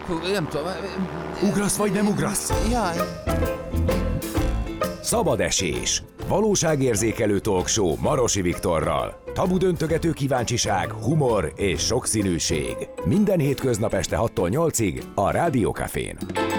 Nem tudom. Ugrasz vagy nem ugrasz? Jaj. Szabad esés. Valóságérzékelő talkshow Marosi Viktorral. Tabu döntögető kíváncsiság, humor és sokszínűség. Minden hétköznap este 6-tól 8-ig a Rádió Cafén.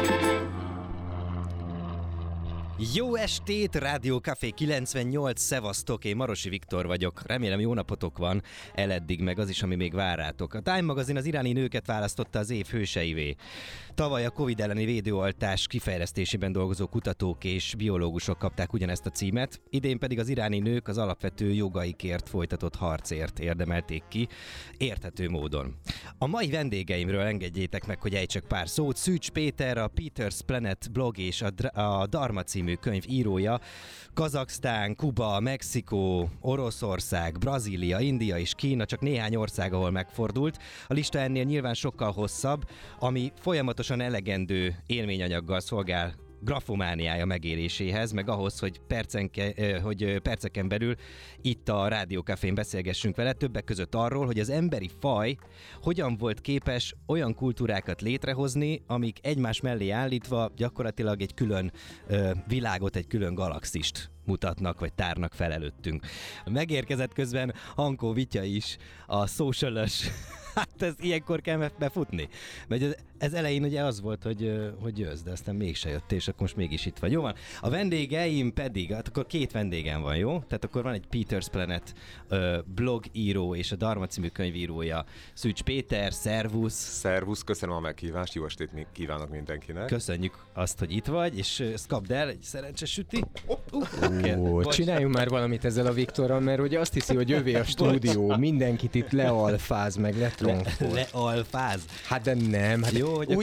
Jó estét, Rádió Café 98, szevasztok, én Marosi Viktor vagyok. Remélem jó napotok van, eleddig meg az is, ami még vár rátok. A Time magazin az iráni nőket választotta az év hőseivé. Tavaly a Covid elleni védőoltás kifejlesztésében dolgozó kutatók és biológusok kapták ugyanezt a címet, idén pedig az iráni nők az alapvető jogaikért folytatott harcért érdemelték ki, érthető módon. A mai vendégeimről engedjétek meg, hogy ejtsek pár szót. Szűcs Péter, a Peter's Planet blog és a Dharma című könyv írója, Kazaksztán, Kuba, Mexikó, Oroszország, Brazília, India és Kína csak néhány ország, ahol megfordult. A lista ennél nyilván sokkal hosszabb, ami folyamatosan elegendő élményanyaggal szolgál grafomániája megéréséhez, meg ahhoz, hogy perceken belül itt a Rádió Cafén beszélgessünk vele, többek között arról, hogy az emberi faj hogyan volt képes olyan kultúrákat létrehozni, amik egymás mellé állítva gyakorlatilag egy külön világot, egy külön galaxist mutatnak, vagy tárnak fel előttünk. Megérkezett közben Ankó Vitya is, a social-ös. Hát ez ilyenkor kell befutni. Mert ez elején ugye az volt, hogy jössz, de aztán mégse jött, és akkor most mégis itt vagy. Jó van. A vendégeim pedig, hát akkor két vendégem van, jó? Tehát akkor van egy Peter's Planet blogíró és a Dharma című könyvírója, Szűcs Péter, szervusz. Szervusz, köszönöm a meghívást, jó estét kívánok mindenkinek. Köszönjük azt, hogy itt vagy, és ezt kapd el, egy szerencses süti. Csináljunk már valamit ezzel a Viktorral, mert ugye azt hiszi, hogy övé a stúdió, mindenkit itt lealfáz, meg lealfáz? Hát de nem. Hát jó, hogy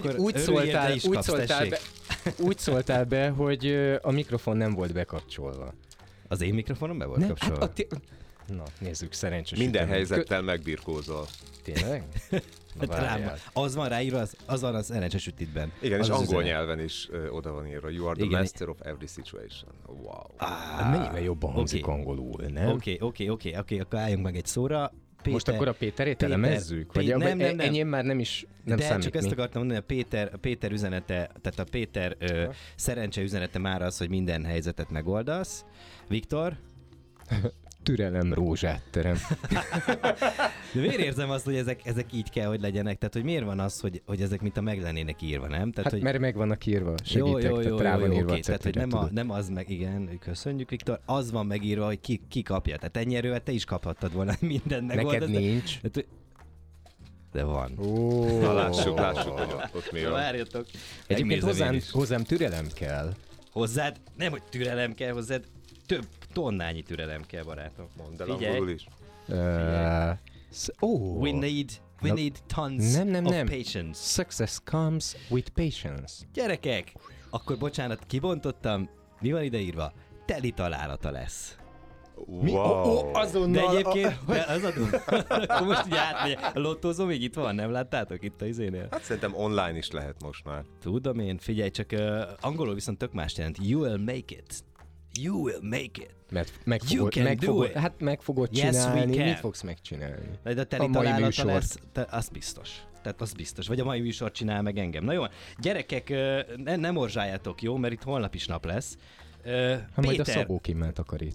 úgy szóltál be, hogy a mikrofon nem volt bekapcsolva. Az én mikrofonom be volt kapcsolva? Hát na, nézzük, szerencsés. Minden helyzettel megbirkózol. Tényleg? Az van ráírva, az van az szerencsés sütitben. Igen, és angol nyelven is oda van írva. You are the master of every situation. Wow. Mennyivel jobban hangzik angolul, nem? Oké, akkor álljunk meg egy szóra. Péter, most akkor a Péterét elemezzük? Vagy nem. Enyém már nem számít. Csak ezt akartam mondani, a Péter üzenete, tehát a Péter szerencse üzenete már az, hogy minden helyzetet megoldasz. Viktor? Türelem, rózsát terem. De miért érzem azt, hogy ezek így kell, hogy legyenek? Tehát, hogy miért van az, hogy ezek mint a meg lennének írva, nem? Tehát, hát hogy... mert meg vannak írva, segítek, tehát rá van írva. Tehát, hogy nem az meg, igen, köszönjük Viktor, az van megírva, hogy ki kapja. Tehát ennyi erővel te is kaphattad volna minden neked nincs. De van. Na lássuk, hogy ott mi van. Várjatok. Egyébként hozzám türelem kell. Hozzád? Nem, hogy türelem kell hozzád, több tonnányi türelem kell, barátom. Mondd el angolul is. We need tons of patience. Success comes with patience. Gyerekek, akkor bocsánat, kibontottam. Mi van ideírva? Teli találata lesz. Wow. Azonnal. De egyébként, az adom. Akkor most így átmegy. A lottózó még itt van, nem láttátok itt a izénél? Hát szerintem online is lehet most már. Tudom én, figyelj, csak angolul viszont tök más jelent. You will make it. You will make it. Mert meg fogod csinálni. Mit fogsz megcsinálni? De a teli találata lesz, az biztos. Tehát az biztos. Vagy a mai műsor csinál meg engem. Na jó, gyerekek, ne morzsáljátok, jó? Mert itt holnap is nap lesz. Péter... majd a Szabó Kimmel takarít.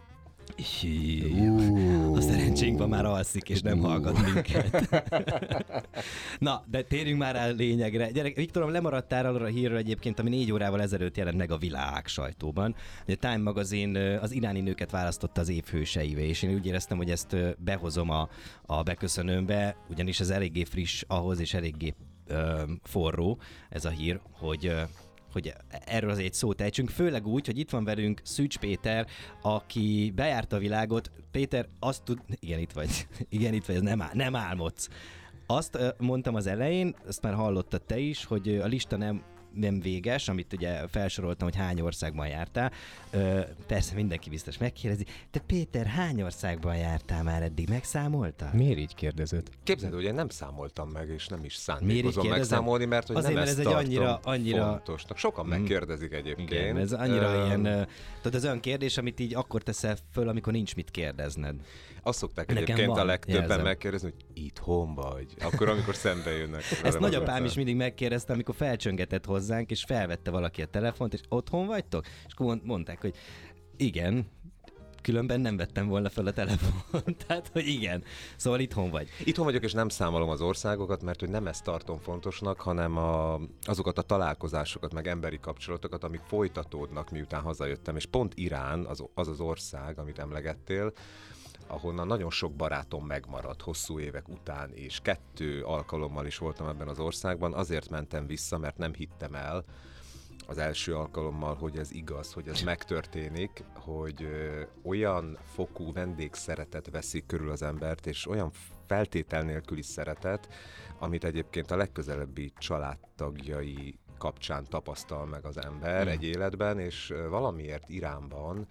A szerencsénkben már alszik, és nem hallgat minket. Na, de térjünk már rá a lényegre. Gyerek, Viktorom, lemaradtál arra a hírről egyébként, ami 4 órával ezelőtt jelent meg a világ sajtóban. A Time magazin az iráni nőket választotta az év hőseivé, és én úgy éreztem, hogy ezt behozom a beköszönőmbe, ugyanis ez eléggé friss ahhoz, és eléggé forró ez a hír, hogy erről azért egy szót ejtsünk, főleg úgy, hogy itt van velünk Szűcs Péter, aki bejárta a világot. Péter, azt tud... Igen, itt vagy, ez nem álmodsz. Azt mondtam az elején, ezt már hallottad te is, hogy a lista nem nem véges, amit ugye felsoroltam, hogy hány országban jártál. Persze mindenki biztos megkérdezi, te Péter, hány országban jártál már eddig? Megszámoltál? Miért így kérdezed? Képzeld, hogy én nem számoltam meg, és nem is szándékozom megszámolni, mert hogy azért, nem mert ezt ez egy tartom annyira fontosnak. Sokan megkérdezik egyébként. Igen, ez annyira ilyen, tudod, az olyan kérdés, amit így akkor teszel föl, amikor nincs mit kérdezned. Azt szokták Nekem egyébként van, a legtöbben jelzem. megkérdezni, hogy itthon vagy. Akkor, amikor szembe jönnek. Ezt nagyapám is mindig megkérdezte, amikor felcsöngetett hozzánk, és felvette valaki a telefont, és otthon vagytok? És akkor mondták, hogy igen, különben nem vettem volna fel a telefont. Tehát, hogy igen. Szóval itthon vagy. Itthon vagyok, és nem számolom az országokat, mert hogy nem ezt tartom fontosnak, hanem azokat a találkozásokat, meg emberi kapcsolatokat, amik folytatódnak, miután hazajöttem. És pont Irán az ország, amit emlegettél, ahonnan nagyon sok barátom megmaradt hosszú évek után, és 2 alkalommal is voltam ebben az országban. Azért mentem vissza, mert nem hittem el az első alkalommal, hogy ez igaz, hogy ez megtörténik, hogy olyan fokú vendégszeretet veszik körül az embert, és olyan feltétel nélküli szeretet, amit egyébként a legközelebbi családtagjai kapcsán tapasztal meg az ember egy életben, és valamiért Iránban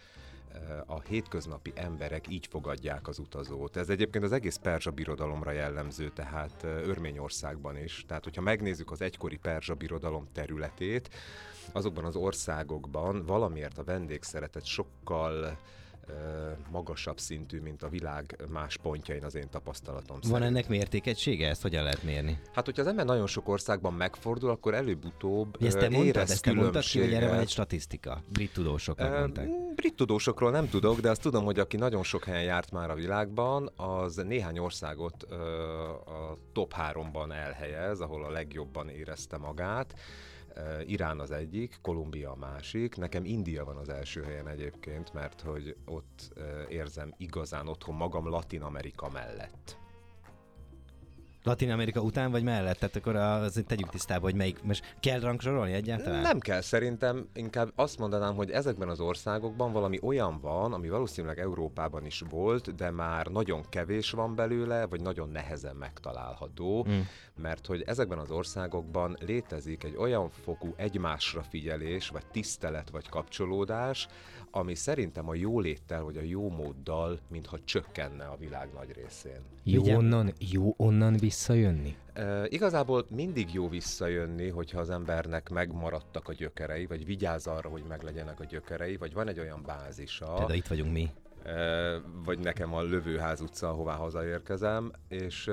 a hétköznapi emberek így fogadják az utazót. Ez egyébként az egész perzsa birodalomra jellemző, tehát Örményországban is. Tehát, hogyha megnézzük az egykori perzsa birodalom területét, azokban az országokban valamiért a vendégszeretet sokkal magasabb szintű, mint a világ más pontjain, az én tapasztalatom szerint. Van ennek mértékegysége? Ezt hogyan lehet mérni? Hát, hogyha az ember nagyon sok országban megfordul, akkor előbb-utóbb Ezt te mondtad ki, hogy erre van egy különbséget. statisztika? Brit tudósok mondták. Brit tudósokról nem tudok, de azt tudom, hogy aki nagyon sok helyen járt már a világban, az néhány országot a top 3-ban elhelyez, ahol a legjobban érezte magát. Irán az egyik, Kolumbia a másik. Nekem India van az első helyen egyébként, mert hogy ott érzem igazán otthon magam Latin-Amerika mellett. Latin-Amerika után vagy mellett? Tehát akkor azért tegyük tisztába, hogy melyik. Most kell rangsorolni egyáltalán? Nem kell, szerintem inkább azt mondanám, hogy ezekben az országokban valami olyan van, ami valószínűleg Európában is volt, de már nagyon kevés van belőle, vagy nagyon nehezen megtalálható, mert hogy ezekben az országokban létezik egy olyan fokú egymásra figyelés, vagy tisztelet, vagy kapcsolódás, ami szerintem a jóléttel, vagy a jómóddal, mintha csökkenne a világ nagy részén. Jó onnan visszajönni? Igazából mindig jó visszajönni, hogyha az embernek megmaradtak a gyökerei, vagy vigyáz arra, hogy meglegyenek a gyökerei, vagy van egy olyan bázisa. Például itt vagyunk mi. Vagy nekem a Lövőház utca, ahová hazaérkezem, és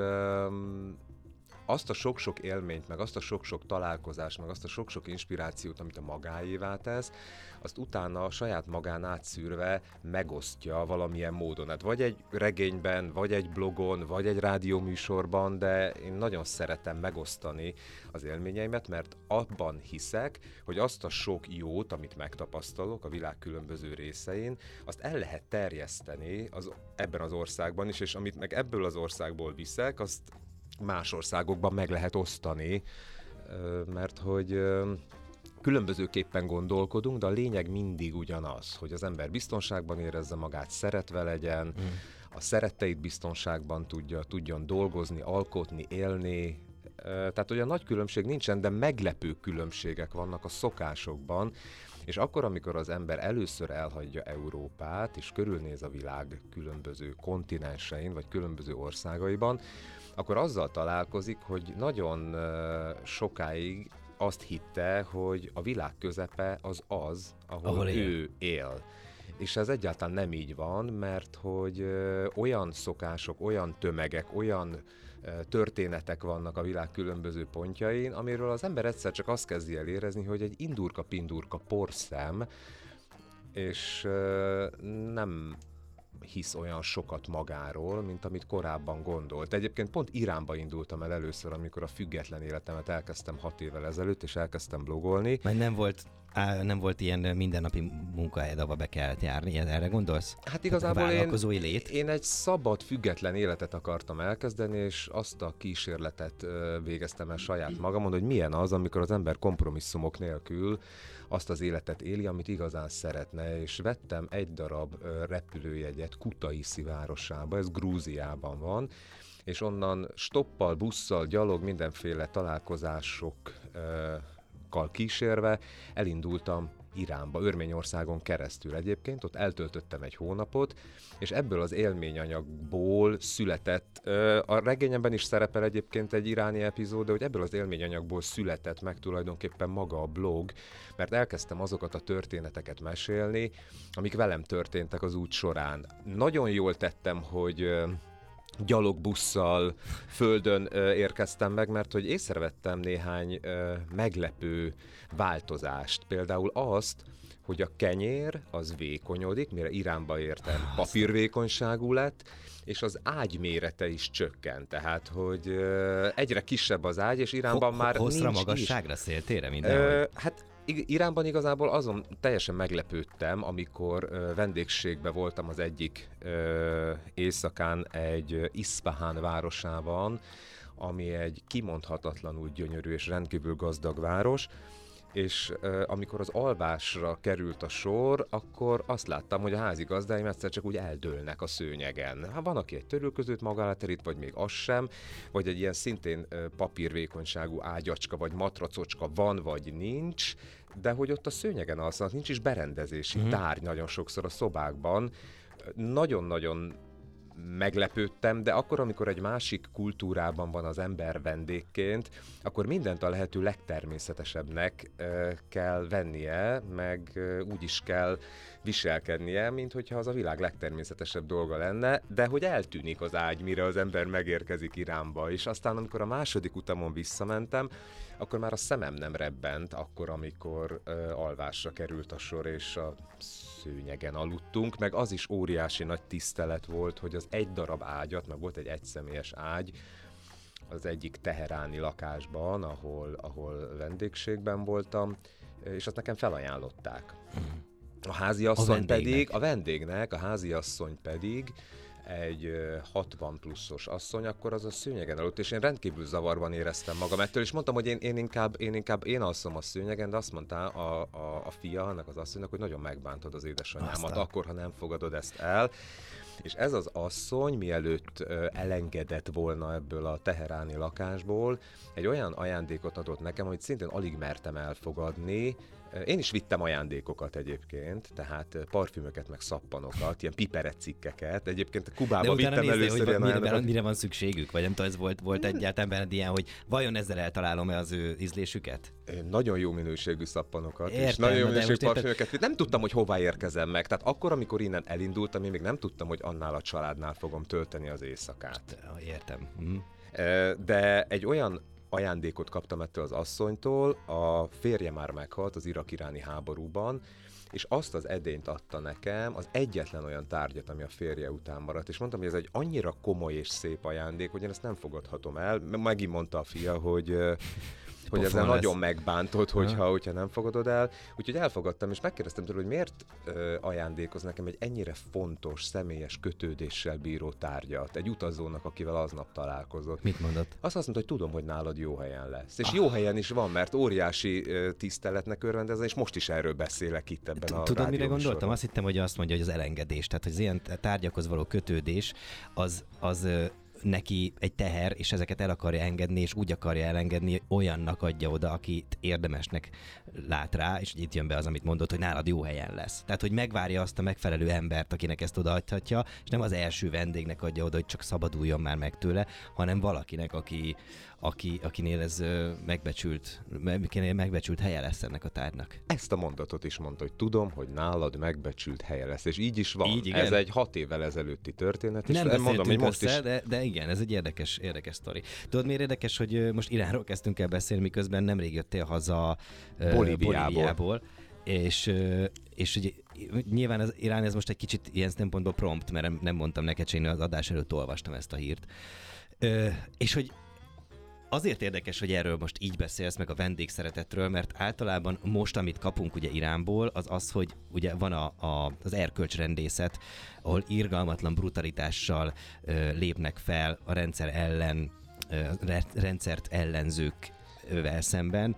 azt a sok-sok élményt, meg azt a sok-sok találkozást, meg azt a sok-sok inspirációt, amit a magáévá tesz, azt utána a saját magán átszűrve megosztja valamilyen módon. Hát vagy egy regényben, vagy egy blogon, vagy egy rádióműsorban, de én nagyon szeretem megosztani az élményeimet, mert abban hiszek, hogy azt a sok jót, amit megtapasztalok a világ különböző részein, azt el lehet terjeszteni ebben az országban is, és amit meg ebből az országból viszek, azt más országokban meg lehet osztani, mert hogy különbözőképpen gondolkodunk, de a lényeg mindig ugyanaz, hogy az ember biztonságban érezze magát, szeretve legyen, a szeretteit biztonságban tudjon dolgozni, alkotni, élni. Tehát olyan nagy különbség nincsen, de meglepő különbségek vannak a szokásokban, és akkor, amikor az ember először elhagyja Európát, és körülnéz a világ különböző kontinensein, vagy különböző országaiban, akkor azzal találkozik, hogy nagyon sokáig azt hitte, hogy a világ közepe az, ahol ő él. És ez egyáltalán nem így van, mert hogy olyan szokások, olyan tömegek, olyan történetek vannak a világ különböző pontjain, amiről az ember egyszer csak azt kezdi el érezni, hogy egy indurka-pindurka porszem, és nem hisz olyan sokat magáról, mint amit korábban gondolt. Egyébként pont Iránba indultam el először, amikor a független életemet elkezdtem 6 évvel ezelőtt, és elkezdtem blogolni. Mert nem volt ilyen mindennapi munkahelyed, ahova be kellett járni, erre gondolsz? Hát igazából vállalkozói lét? Én egy szabad, független életet akartam elkezdeni, és azt a kísérletet végeztem el saját magamon, hogy milyen az, amikor az ember kompromisszumok nélkül azt az életet éli, amit igazán szeretne, és vettem egy darab repülőjegyet Kutaisi városába, ez Grúziában van, és onnan stoppal, busszal, gyalog, mindenféle találkozások élményanyagokkal kísérve elindultam Iránba, Örményországon keresztül egyébként, ott eltöltöttem egy hónapot, és ebből az élményanyagból született, a regényemben is szerepel egyébként egy iráni epizód, de hogy ebből az élményanyagból született meg tulajdonképpen maga a blog, mert elkezdtem azokat a történeteket mesélni, amik velem történtek az út során. Nagyon jól tettem, hogy gyalogbusszal földön érkeztem meg, mert hogy észrevettem néhány meglepő változást. Például azt, hogy a kenyér az vékonyodik, mire Iránba értem, papírvékonyságú lett, és az ágy mérete is csökkent. Tehát, hogy egyre kisebb az ágy, és Iránban már hosszra, nincs magasságra, széltére, mindenhogy. Hát Iránban igazából azon teljesen meglepődtem, amikor vendégségben voltam az egyik éjszakán egy Iszfahán városában, ami egy kimondhatatlanul gyönyörű és rendkívül gazdag város, és amikor az alvásra került a sor, akkor azt láttam, hogy a házigazdáim egyszer csak úgy eldőlnek a szőnyegen. Hát van, aki egy törülközőt maga alá terít, vagy még az sem, vagy egy ilyen szintén papírvékonyságú ágyacska, vagy matracocska van, vagy nincs, de hogy ott a szőnyegen alszanak, nincs is berendezési tárgy nagyon sokszor a szobákban. Nagyon-nagyon meglepődtem, de akkor, amikor egy másik kultúrában van az ember vendégként, akkor mindent a lehető legtermészetesebbnek kell vennie, meg úgy is kell viselkednie, mint hogyha az a világ legtermészetesebb dolga lenne, de hogy eltűnik az ágy, mire az ember megérkezik Iránba. És aztán, amikor a második utamon visszamentem, akkor már a szemem nem rebbent, akkor, amikor alvásra került a sor, és a szőnyegen aludtunk, meg az is óriási nagy tisztelet volt, hogy az egy darab ágyat, meg volt egy egyszemélyes ágy, az egyik teheráni lakásban, ahol vendégségben voltam, és azt nekem felajánlották. A háziasszony pedig, a vendégnek, a háziasszony pedig egy 60 pluszos asszony, akkor az a szőnyegen aludt, és én rendkívül zavarban éreztem magam ettől, és mondtam, hogy én inkább alszom a szőnyegen, de azt mondta a fia annak az asszonynak, hogy nagyon megbántod az édesanyámat, akkor, ha nem fogadod ezt el. És ez az asszony, mielőtt elengedett volna ebből a teheráni lakásból, egy olyan ajándékot adott nekem, amit szintén alig mertem elfogadni. Én is vittem ajándékokat egyébként, tehát parfümöket, meg szappanokat, ilyen piperecikkeket. Egyébként Kubába vittem először ilyen ajándékokat. Mire van szükségük? Vagy nem tudom, ez volt egyáltalán benned ilyen, hogy vajon ezzel eltalálom-e az ő ízlésüket? Nagyon jó minőségű szappanokat, és nagyon jó minőségű parfümöket. Nem tudtam, hogy hová érkezem meg. Tehát akkor, amikor innen elindultam, én még nem tudtam, hogy annál a családnál fogom tölteni az éjszakát. Értem. De egy olyan ajándékot kaptam ettől az asszonytól, a férje már meghalt az irak-iráni háborúban, és azt az edényt adta nekem, az egyetlen olyan tárgyat, ami a férje után maradt, és mondtam, hogy ez egy annyira komoly és szép ajándék, hogy én ezt nem fogadhatom el. Megint mondta a fia, hogy ezzel nagyon megbántott, hogyha nem fogadod el. Úgyhogy elfogadtam, és megkérdeztem tőle, hogy miért ajándékoz nekem egy ennyire fontos, személyes kötődéssel bíró tárgyat egy utazónak, akivel aznap találkozott. Mit mondott? Azt mondta, hogy tudom, hogy nálad jó helyen lesz. És jó helyen is van, mert óriási tiszteletnek örvendezem, és most is erről beszélek itt ebben a Tudod, mire gondoltam? Azt hittem, hogy azt mondja, hogy az elengedés. Tehát, hogy az ilyen tárgyakhoz való kötődés, az neki egy teher, és ezeket el akarja engedni, és úgy akarja elengedni, olyannak adja oda, akit érdemesnek lát rá, és itt jön be az, amit mondott, hogy nálad jó helyen lesz. Tehát, hogy megvárja azt a megfelelő embert, akinek ezt odaadhatja, és nem az első vendégnek adja oda, hogy csak szabaduljon már meg tőle, hanem valakinek, akinél ez megbecsült helye lesz ennek a tárgynak. Ezt a mondatot is mondta, hogy tudom, hogy nálad megbecsült helye lesz, és így is van. Így, ez egy 6 évvel ezelőtti történet, és nem mondom, hogy most össze, is... de igen, ez egy érdekes sztori. Tudod, miért érdekes, hogy most Iránról kezdtünk el beszélni, miközben nemrég jöttél haza Bolíviából. És ugye, nyilván az Irán ez most egy kicsit ilyen szempontból prompt, mert nem mondtam neked, én az adás előtt olvastam ezt a hírt. És hogy azért érdekes, hogy erről most így beszélsz, meg a vendégszeretetről, mert általában most, amit kapunk ugye Iránból, az, hogy ugye van az erkölcsrendészet, ahol irgalmatlan brutalitással lépnek fel a rendszer ellen, rendszert ellenzőkvel szemben,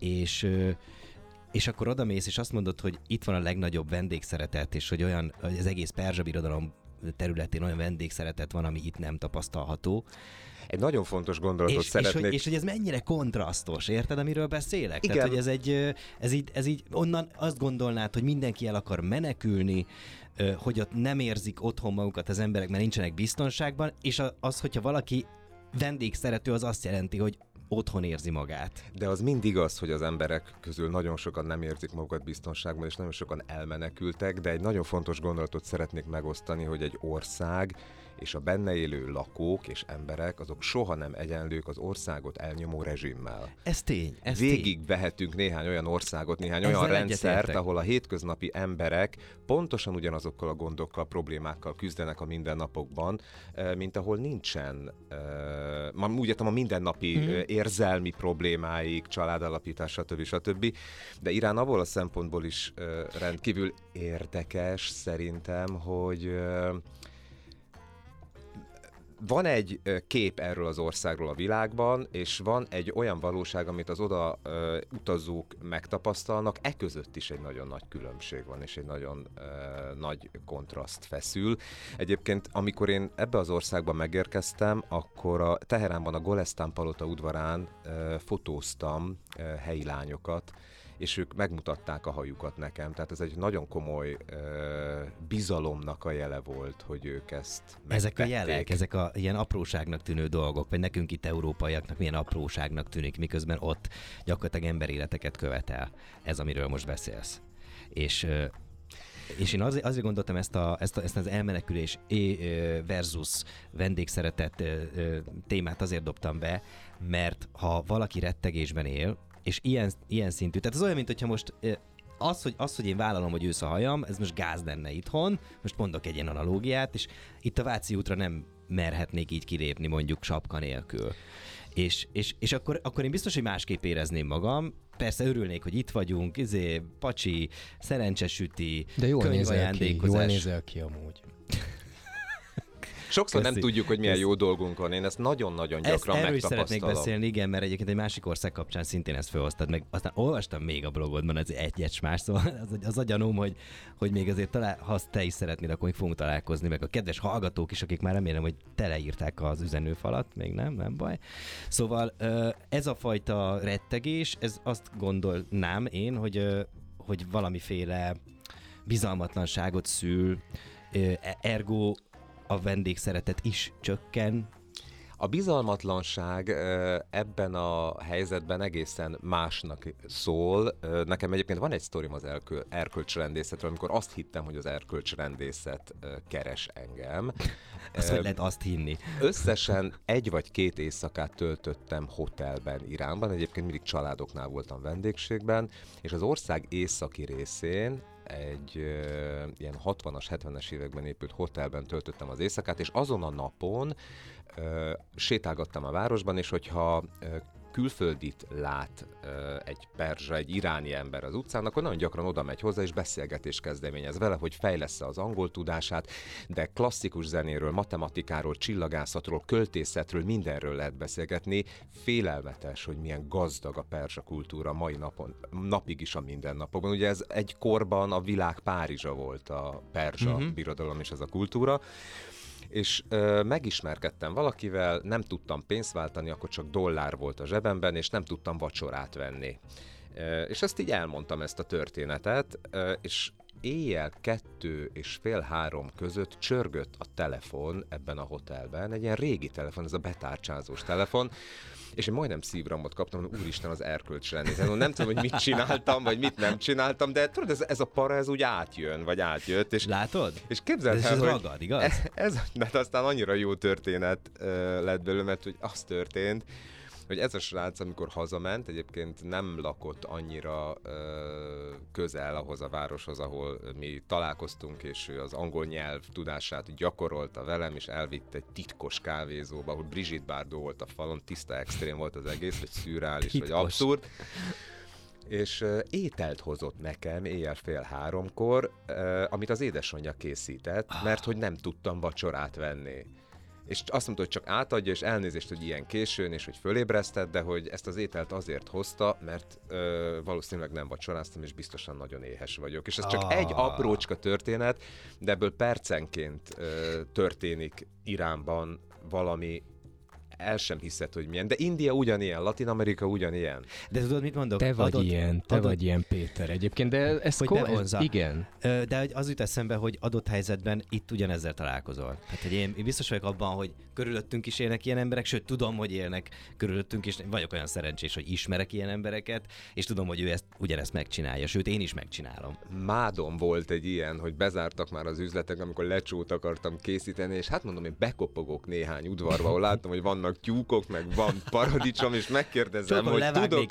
és akkor odamész, és azt mondod, hogy itt van a legnagyobb vendégszeretet, és hogy olyan, az egész perzsa birodalom területén olyan vendégszeretet van, ami itt nem tapasztalható. Egy nagyon fontos gondolatot szeretnék. És hogy ez mennyire kontrasztos, érted, amiről beszélek? Igen. Tehát, hogy ez így onnan azt gondolnád, hogy mindenki el akar menekülni, hogy ott nem érzik otthon magukat az emberek, mert nincsenek biztonságban, és az, hogyha valaki vendégszerető, az azt jelenti, hogy otthon érzi magát. De az mind igaz, hogy az emberek közül nagyon sokan nem érzik magukat biztonságban, és nagyon sokan elmenekültek, de egy nagyon fontos gondolatot szeretnék megosztani, hogy egy ország és a benne élő lakók és emberek, azok soha nem egyenlők az országot elnyomó rezsimmel. Ez tény. Végig vehetünk néhány olyan országot, néhány olyan rendszert, ahol a hétköznapi emberek pontosan ugyanazokkal a gondokkal, problémákkal küzdenek a mindennapokban, mint ahol nincsen, úgy értem, a mindennapi érzelmi problémáik, családalapítás, stb. De Irán abból a szempontból is rendkívül érdekes szerintem, hogy van egy kép erről az országról a világban, és van egy olyan valóság, amit az oda utazók megtapasztalnak, között is egy nagyon nagy különbség van, és egy nagyon nagy kontraszt feszül. Egyébként, amikor én ebbe az országba megérkeztem, akkor a Teheránban a Golesztán palota udvarán fotóztam helyi lányokat, és ők megmutatták a hajukat nekem. Tehát ez egy nagyon komoly bizalomnak a jele volt, hogy ők ezt megtették. Ezek a jelek, ezek a ilyen apróságnak tűnő dolgok, vagy nekünk itt európaiaknak milyen apróságnak tűnik, miközben ott gyakorlatilag emberéleteket követel. Ez, amiről most beszélsz. És én azért gondoltam ezt az elmenekülés versus vendégszeretet témát azért dobtam be, mert ha valaki rettegésben él, és ilyen szintű, tehát az olyan, mint hogyha most az, hogy én vállalom, hogy ősz a hajam, ez most gáz lenne itthon, most mondok egy ilyen analógiát, és itt a Váci útra nem merhetnék így kilépni mondjuk sapka nélkül. És akkor én biztos, hogy másképp érezném magam, persze örülnék, hogy itt vagyunk, pacsi, szerencsesüti, könyvajándékozás. Jól nézel ki amúgy. Sokszor nem tudjuk, hogy milyen jó dolgunk van. Én ezt nagyon-nagyon gyakran megtapasztalom. Erről is szeretnék beszélni, igen, mert egyébként egy másik ország kapcsán szintén ezt felhoztad, meg aztán olvastam még a blogodban az egy más, szóval az a gyanúm, hogy még azért ha azt te is szeretnéd, akkor még fogunk találkozni, meg a kedves hallgatók is, akik már remélem, hogy teleírták az üzenőfalat, még nem baj. Szóval ez a fajta rettegés, ez azt gondolnám én, hogy valamiféle bizalmatlanságot szül, ergo a vendégszeretet is csökken. A bizalmatlanság ebben a helyzetben egészen másnak szól. Nekem egyébként van egy sztorim az erkölcsrendészetről, amikor azt hittem, hogy az erkölcsrendészet keres engem. Azt hogy lehet azt hinni? Összesen 1 vagy 2 éjszakát töltöttem hotelben Iránban, egyébként mindig családoknál voltam vendégségben, és az ország északi részén egy ilyen 60-as, 70-es években épült hotelben töltöttem az éjszakát, és azon a napon sétálgattam a városban, és hogyha külföldit lát egy perzsa, egy iráni ember az utcán, akkor nagyon gyakran oda megy hozzá, és beszélgetés kezdeményez vele, hogy fejlessze az angol tudását, de klasszikus zenéről, matematikáról, csillagászatról, költészetről, mindenről lehet beszélgetni. Félelmetes, hogy milyen gazdag a perzsa kultúra mai napig is a mindennapokban. Ugye ez egy korban a világ Párizsa volt, a perzsa birodalom és ez a kultúra. És megismerkedtem valakivel, nem tudtam pénzt váltani, akkor csak dollár volt a zsebemben, és nem tudtam vacsorát venni. És ezt így elmondtam, ezt a történetet, és éjjel 2:30-3 között csörgött a telefon ebben a hotelben, egy ilyen régi telefon, ez a betárcsázós telefon, és én majdnem szívramot kaptam, hogy úristen, az erkölcsrendészet. Nem tudom, hogy mit csináltam, vagy mit nem csináltam, de tudod, ez a para, ez úgy átjön, vagy átjött. És, látod? És képzeld el, hogy ragad, igaz? De aztán annyira jó történet lett belőle, mert hogy az történt, hogy ez a srác, amikor hazament, egyébként nem lakott annyira közel ahhoz a városhoz, ahol mi találkoztunk, és ő az angol nyelv tudását gyakorolta velem, és elvitt egy titkos kávézóba, ahol Brigitte Bardot volt a falon, tiszta extrém volt az egész, vagy szürreális, vagy abszurd. És ételt hozott nekem éjjel 2:30, amit az édesanyja készített, mert hogy nem tudtam vacsorát venni. És azt mondta, hogy csak átadja, és elnézést, hogy ilyen későn, és hogy fölébresztett, de hogy ezt az ételt azért hozta, mert valószínűleg nem vacsoráztam, és biztosan nagyon éhes vagyok. És ez csak egy aprócska történet, de ebből percenként történik Iránban valami, el sem hiszed, hogy milyen. De India ugyanilyen, Latin Amerika ugyanilyen. De tudod, mit mondok? Te vagy ilyen, Péter egyébként, de ez igen. De az jut eszembe, hogy adott helyzetben itt ugyanezzel találkozol. Hát, hogy én biztos vagyok abban, hogy körülöttünk is élnek ilyen emberek, sőt tudom, hogy élnek körülöttünk, és vagyok olyan szerencsés, hogy ismerek ilyen embereket, és tudom, hogy ő ugyanezt megcsinálja, sőt én is megcsinálom. Mádon volt egy ilyen, hogy bezártak már az üzletek, amikor lecsót akartam készíteni, és hát mondom, hogy bekopogok néhány udvarba, ahol láttam, hogy vannak tyúkok, meg van paradicsom, és megkérdezem, hogy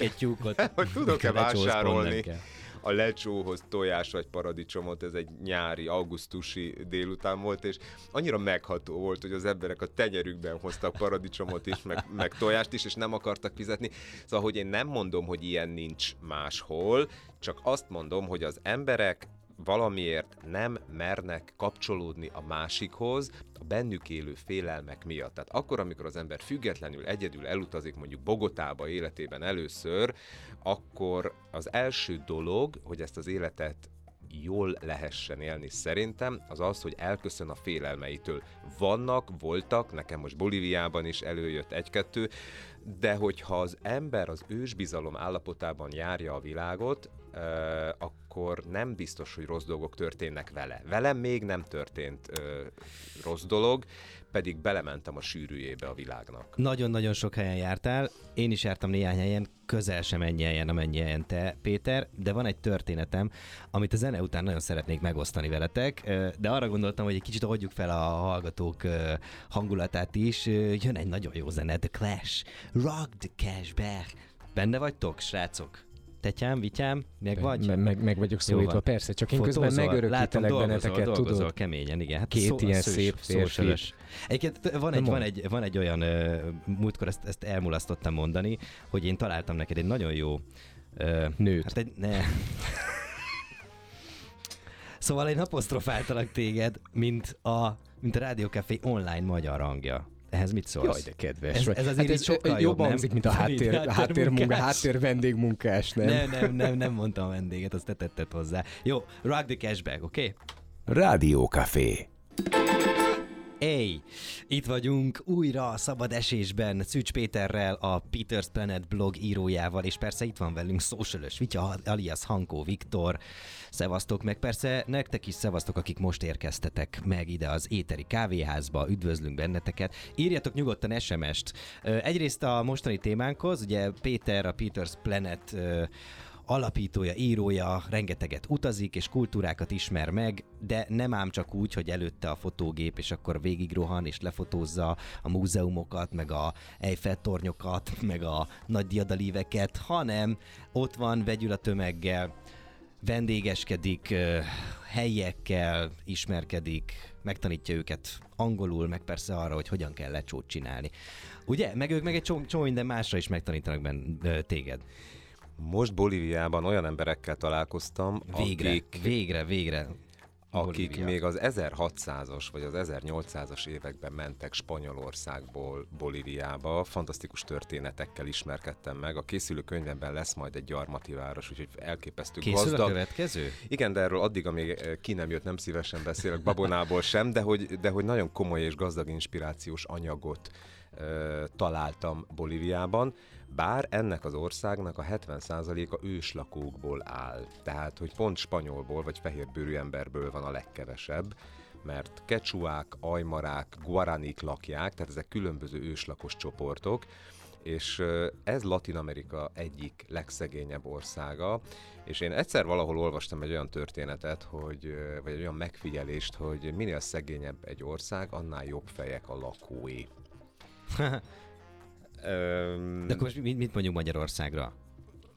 tudok-e vásárolni a lecsóhoz tojás vagy paradicsomot. Ez egy nyári, augusztusi délután volt, és annyira megható volt, hogy az emberek a tenyerükben hoztak paradicsomot is, meg tojást is, és nem akartak fizetni. Szóval, hogy én nem mondom, hogy ilyen nincs máshol, csak azt mondom, hogy az emberek valamiért nem mernek kapcsolódni a másikhoz a bennük élő félelmek miatt. Tehát akkor, amikor az ember függetlenül, egyedül elutazik mondjuk Bogotába életében először, akkor az első dolog, hogy ezt az életet jól lehessen élni szerintem, az az, hogy elköszön a félelmeitől. Voltak, nekem most Bolíviában is előjött egy-kettő, de hogyha az ember az ősbizalom állapotában járja a világot, akkor nem biztos, hogy rossz dolgok történnek vele. Velem még nem történt rossz dolog, pedig belementem a sűrűjébe a világnak. Nagyon-nagyon sok helyen jártál, én is jártam néhány helyen, közel sem ennyi helyen, amennyi helyen te, Péter, de van egy történetem, amit a zene után nagyon szeretnék megosztani veletek, de arra gondoltam, hogy egy kicsit adjuk fel a hallgatók hangulatát is. Jön egy nagyon jó zene, The Clash, Rock the Cashback. Benne vagytok, srácok? Tetyám, Vityám, meg vagy? Meg vagyok szólítva, persze, csak én közben megörökítelek benneteket, tudod? Dolgozol keményen, igen. Hát két ilyen szép férfi. Egyébként van egy olyan, múltkor ezt elmulasztottam mondani, hogy én találtam neked egy nagyon jó nőt. Hát Szóval én apostrofáltalak téged, mint a Rádió Café online magyar hangja. Ehhez mit szólsz? Jaj, de kedves. Ez azért sokkal jobban hangzik, mint a háttér vendégmunkás, nem? Nem mondtam vendéget, azt te tetted hozzá. Jó, Rock the Cashback, oké? Rádió Café. Itt vagyunk újra a szabad esésben Szűcs Péterrel, a Peter's Planet blog írójával, és persze itt van velünk Socialös Vitya, alias Hankó Viktor. Szevasztok, meg persze nektek is szevasztok, akik most érkeztetek meg ide az éteri kávéházba, üdvözlünk benneteket. Írjatok nyugodtan SMS-t. Egyrészt a mostani témánkhoz, ugye Péter, a Peter's Planet alapítója, írója, rengeteget utazik és kultúrákat ismer meg, de nem ám csak úgy, hogy előtte a fotógép, és akkor végigrohan és lefotózza a múzeumokat, meg a Eiffel-tornyokat, meg a nagy diadalíveket, hanem ott van, vegyül a tömeggel, vendégeskedik, helyiekkel ismerkedik, megtanítja őket angolul, meg persze arra, hogy hogyan kell lecsót csinálni. Ugye? Meg ők meg egy csomó minden másra is megtanítanak téged. Most Bolíviában olyan emberekkel találkoztam, Végre. Akik Bolívia. még az 1600-as vagy az 1800-as években mentek Spanyolországból Bolíviába. Fantasztikus történetekkel ismerkedtem meg. A készülő könyvemben lesz majd egy gyarmati város, úgyhogy elképesztő gazdag. Készül a következő? Igen, de erről addig, amíg ki nem jött, nem szívesen beszélek Babonából sem, de hogy nagyon komoly és gazdag inspirációs anyagot találtam Bolíviában, bár ennek az országnak a 70%-a őslakókból áll. Tehát, hogy pont spanyolból vagy fehérbőrű emberből van a legkevesebb, mert kecsuák, ajmarák, guaranik lakják, tehát ezek különböző őslakos csoportok, és ez Latin Amerika egyik legszegényebb országa, és én egyszer valahol olvastam egy olyan történetet, vagy egy olyan megfigyelést, hogy minél szegényebb egy ország, annál jobb fejek a lakói. De akkor most mit mondjuk Magyarországra?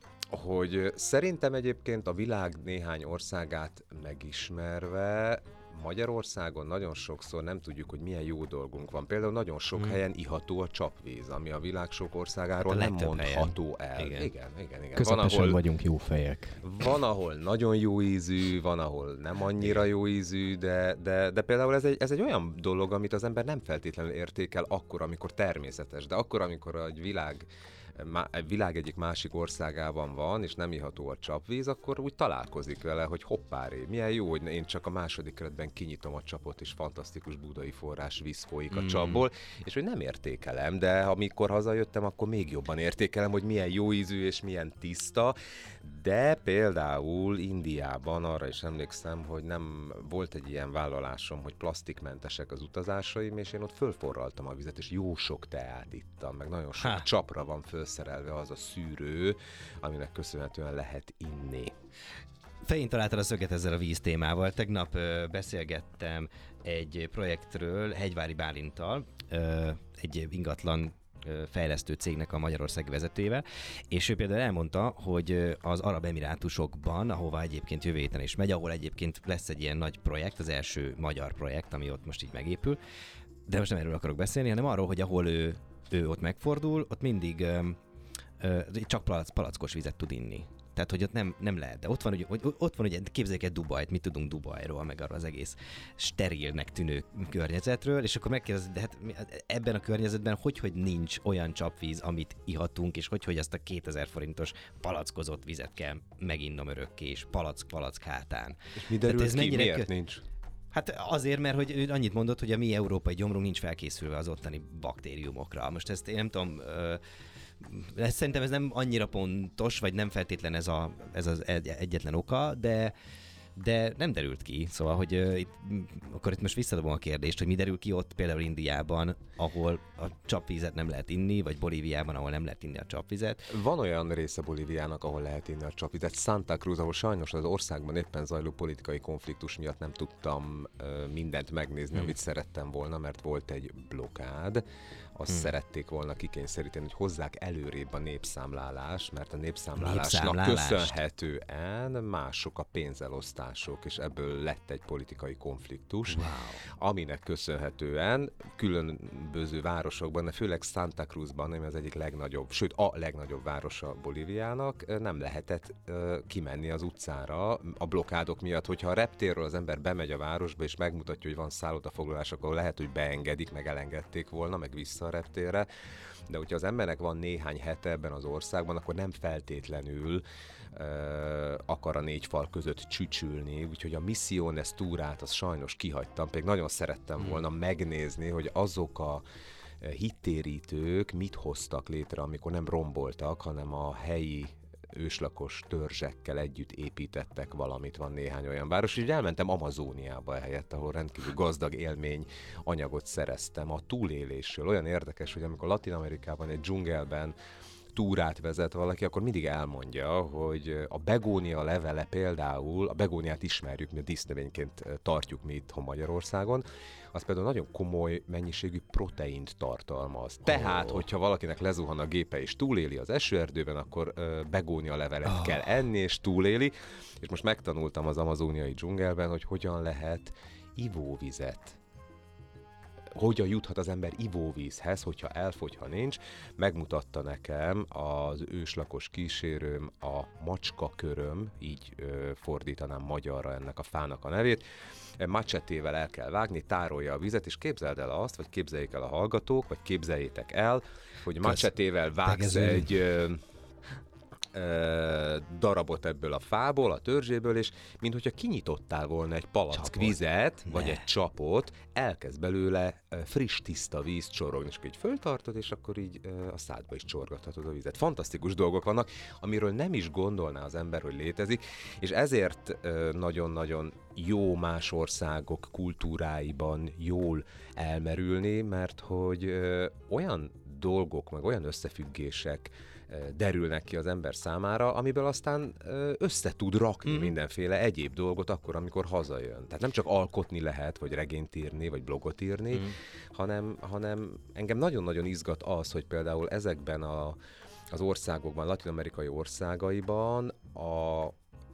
Hogy szerintem egyébként a világ néhány országát megismerve Magyarországon nagyon sokszor nem tudjuk, hogy milyen jó dolgunk van. Például nagyon sok helyen iható a csapvíz, ami a világ sok országáról nem mondható el. Igen. Közepesen vagyunk jó fejek. Van, ahol nagyon jó ízű, van, ahol nem annyira jó ízű, de például ez egy olyan dolog, amit az ember nem feltétlenül értékel akkor, amikor természetes, de akkor, amikor egy világ egyik másik országában van, és nem iható a csapvíz, akkor úgy találkozik vele, hogy hoppáré, milyen jó, hogy én csak a második keretben kinyitom a csapot, és fantasztikus budai forrás víz folyik a csapból, és hogy nem értékelem, de amikor hazajöttem, akkor még jobban értékelem, hogy milyen jó ízű és milyen tiszta, de például Indiában arra is emlékszem, hogy nem volt egy ilyen vállalásom, hogy plastikmentesek az utazásaim, és én ott fölforraltam a vizet, és jó sok teát ittam, meg nagyon sok csapra van fölszerelve az a szűrő, aminek köszönhetően lehet inni. Fején találtad a szöget ezzel a víz témával. Tegnap beszélgettem egy projektről Hegyvári Bálinttal, egy ingatlan fejlesztő cégnek a magyarországi vezetőjével, és ő például elmondta, hogy az Arab Emirátusokban, ahova egyébként jövő héten is megy, ahol egyébként lesz egy ilyen nagy projekt, az első magyar projekt, ami ott most így megépül, de most nem erről akarok beszélni, hanem arról, hogy ahol ő ott megfordul, ott mindig csak palackos vizet tud inni. Tehát, hogy ott nem lehet. De ott van ugye, képzeljük egy Dubajt, mit tudunk Dubajról, meg arról az egész sterilnek tűnő környezetről, és akkor megkérdezed, de hát ebben a környezetben hogy nincs olyan csapvíz, amit ihatunk, és hogy azt a 2000 forintos palackozott vizet kell meginnom örökké, és palack hátán. És mi derült ki, miért nincs? Hát azért, mert hogy ő annyit mondott, hogy a mi európai gyomrunk nincs felkészülve az ottani baktériumokra. Most ezt én nem tudom, szerintem ez nem annyira pontos, vagy nem feltétlen ez az egyetlen oka, de nem derült ki. Szóval, hogy itt most visszadobom a kérdést, hogy mi derül ki ott például Indiában, ahol a csapvízet nem lehet inni, vagy Bolíviában, ahol nem lehet inni a csapvizet. Van olyan része Bolíviának, ahol lehet inni a csapvizet. Santa Cruz, ahol sajnos az országban éppen zajló politikai konfliktus miatt nem tudtam mindent megnézni, amit szerettem volna, mert volt egy blokád. Azt szerették volna kikényszeríteni, hogy hozzák előrébb a népszámlálást, mert a népszámlálásnak köszönhetően mások a pénzelosztások, és ebből lett egy politikai konfliktus, aminek köszönhetően különböző városokban, de főleg Santa Cruzban, ami az egyik legnagyobb, sőt a legnagyobb városa Bolíviának, nem lehetett kimenni az utcára a blokádok miatt. Hogyha a reptérről az ember bemegy a városba, és megmutatja, hogy van szállodafoglalás, akkor lehet, hogy beengedik, meg elengedték volna, meg vissza a reptérre, de hogyha az embernek van néhány hete ebben az országban, akkor nem feltétlenül akar a négy fal között csücsülni, úgyhogy a Misiones túrát azt sajnos kihagytam, pedig nagyon szerettem volna megnézni, hogy azok a hittérítők mit hoztak létre, amikor nem romboltak, hanem a helyi őslakos törzsekkel együtt építettek valamit, van néhány olyan város, és így elmentem Amazóniába ehelyett, ahol rendkívül gazdag élmény anyagot szereztem a túlélésről. Olyan érdekes, hogy amikor Latin-Amerikában egy dzsungelben túrát vezet valaki, akkor mindig elmondja, hogy a begónia levele például, a begóniát ismerjük, mi a dísznövényként tartjuk mi itthon Magyarországon, az például nagyon komoly mennyiségű proteint tartalmaz. Tehát, hogyha valakinek lezuhan a gépe és túléli az esőerdőben, akkor begónia levelet kell enni és túléli, és most megtanultam az amazóniai dzsungelben, hogy hogyan lehet ivóvizet, hogyan juthat az ember ivóvízhez, hogyha elfogy, ha nincs. Megmutatta nekem az őslakos kísérőm, a macskaköröm, így fordítanám magyarra ennek a fának a nevét. Macsetével el kell vágni, tárolja a vizet, és képzeld el azt, vagy képzeljék el a hallgatók, vagy képzeljétek el, hogy macsetével vágsz egy darabot ebből a fából, a törzséből, és minthogyha kinyitottál volna egy palack vizet, vagy egy csapot, elkezd belőle friss, tiszta víz csorogni, és így föltartod, és akkor így a szádba is csorgathatod a vizet. Fantasztikus dolgok vannak, amiről nem is gondolná az ember, hogy létezik, és ezért nagyon-nagyon jó más országok kultúráiban jól elmerülni, mert hogy olyan dolgok, meg olyan összefüggések derülnek ki az ember számára, amiből aztán össze tud rakni mindenféle egyéb dolgot akkor, amikor hazajön. Tehát nem csak alkotni lehet, vagy regényt írni, vagy blogot írni, hanem engem nagyon-nagyon izgat az, hogy például ezekben az országokban, latin-amerikai országaiban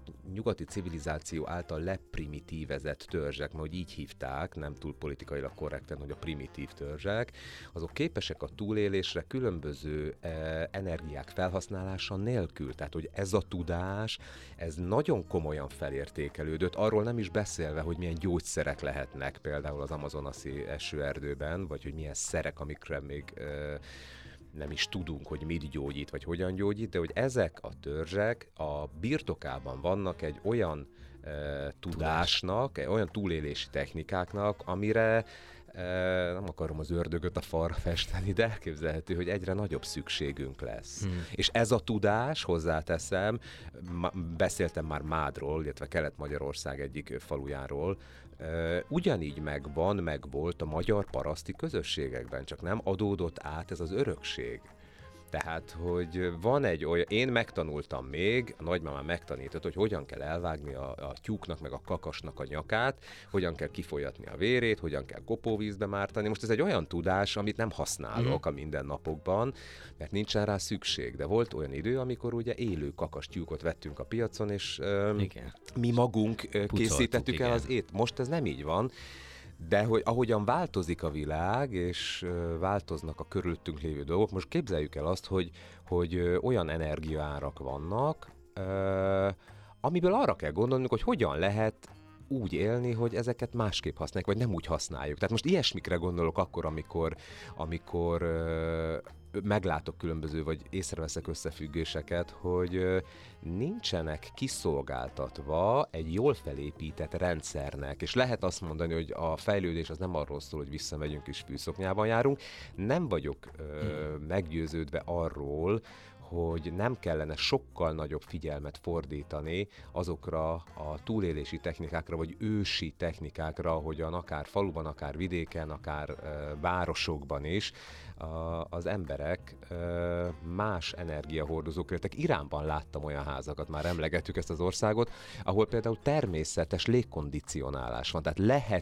nyugati civilizáció által leprimitívezett törzsek, mert hogy így hívták, nem túl politikailag korrekten, hogy a primitív törzsek, azok képesek a túlélésre különböző energiák felhasználása nélkül. Tehát, hogy ez a tudás, ez nagyon komolyan felértékelődött, arról nem is beszélve, hogy milyen gyógyszerek lehetnek például az amazonasi esőerdőben, vagy hogy milyen szerek, amikre még nem is tudunk, hogy mit gyógyít, vagy hogyan gyógyít, de hogy ezek a törzsek a birtokában vannak egy olyan tudásnak, olyan túlélési technikáknak, amire nem akarom az ördögöt a falra festeni, de elképzelhető, hogy egyre nagyobb szükségünk lesz. És ez a tudás, hozzáteszem, beszéltem már Mádról, illetve Kelet-Magyarország egyik falujáról, ugyanígy megvolt a magyar paraszti közösségekben, csak nem adódott át ez az örökség. Tehát, hogy van egy olyan, én megtanultam még, a nagymamám megtanított, hogy hogyan kell elvágni a tyúknak, meg a kakasnak a nyakát, hogyan kell kifolyatni a vérét, hogyan kell kopóvízbe mártani. Most ez egy olyan tudás, amit nem használok a mindennapokban, mert nincsen rá szükség. De volt olyan idő, amikor ugye élő kakas tyúkot vettünk a piacon, és mi magunk készítettük el az Most ez nem így van. De hogy ahogyan változik a világ, és változnak a körülöttünk lévő dolgok, most képzeljük el azt, hogy olyan energiaárak vannak, amiből arra kell gondolnunk, hogy hogyan lehet úgy élni, hogy ezeket másképp használjuk, vagy nem úgy használjuk. Tehát most ilyesmikre gondolok akkor, amikor meglátok különböző, vagy észreveszek összefüggéseket, hogy nincsenek kiszolgáltatva egy jól felépített rendszernek, és lehet azt mondani, hogy a fejlődés az nem arról szól, hogy visszamegyünk és fűszoknyában járunk. Nem vagyok meggyőződve arról, hogy nem kellene sokkal nagyobb figyelmet fordítani azokra a túlélési technikákra, vagy ősi technikákra, ahogyan akár faluban, akár vidéken, akár városokban is az emberek más energiahordozók jöttek. Iránban láttam olyan házakat, már emlegettük ezt az országot, ahol például természetes légkondicionálás van, tehát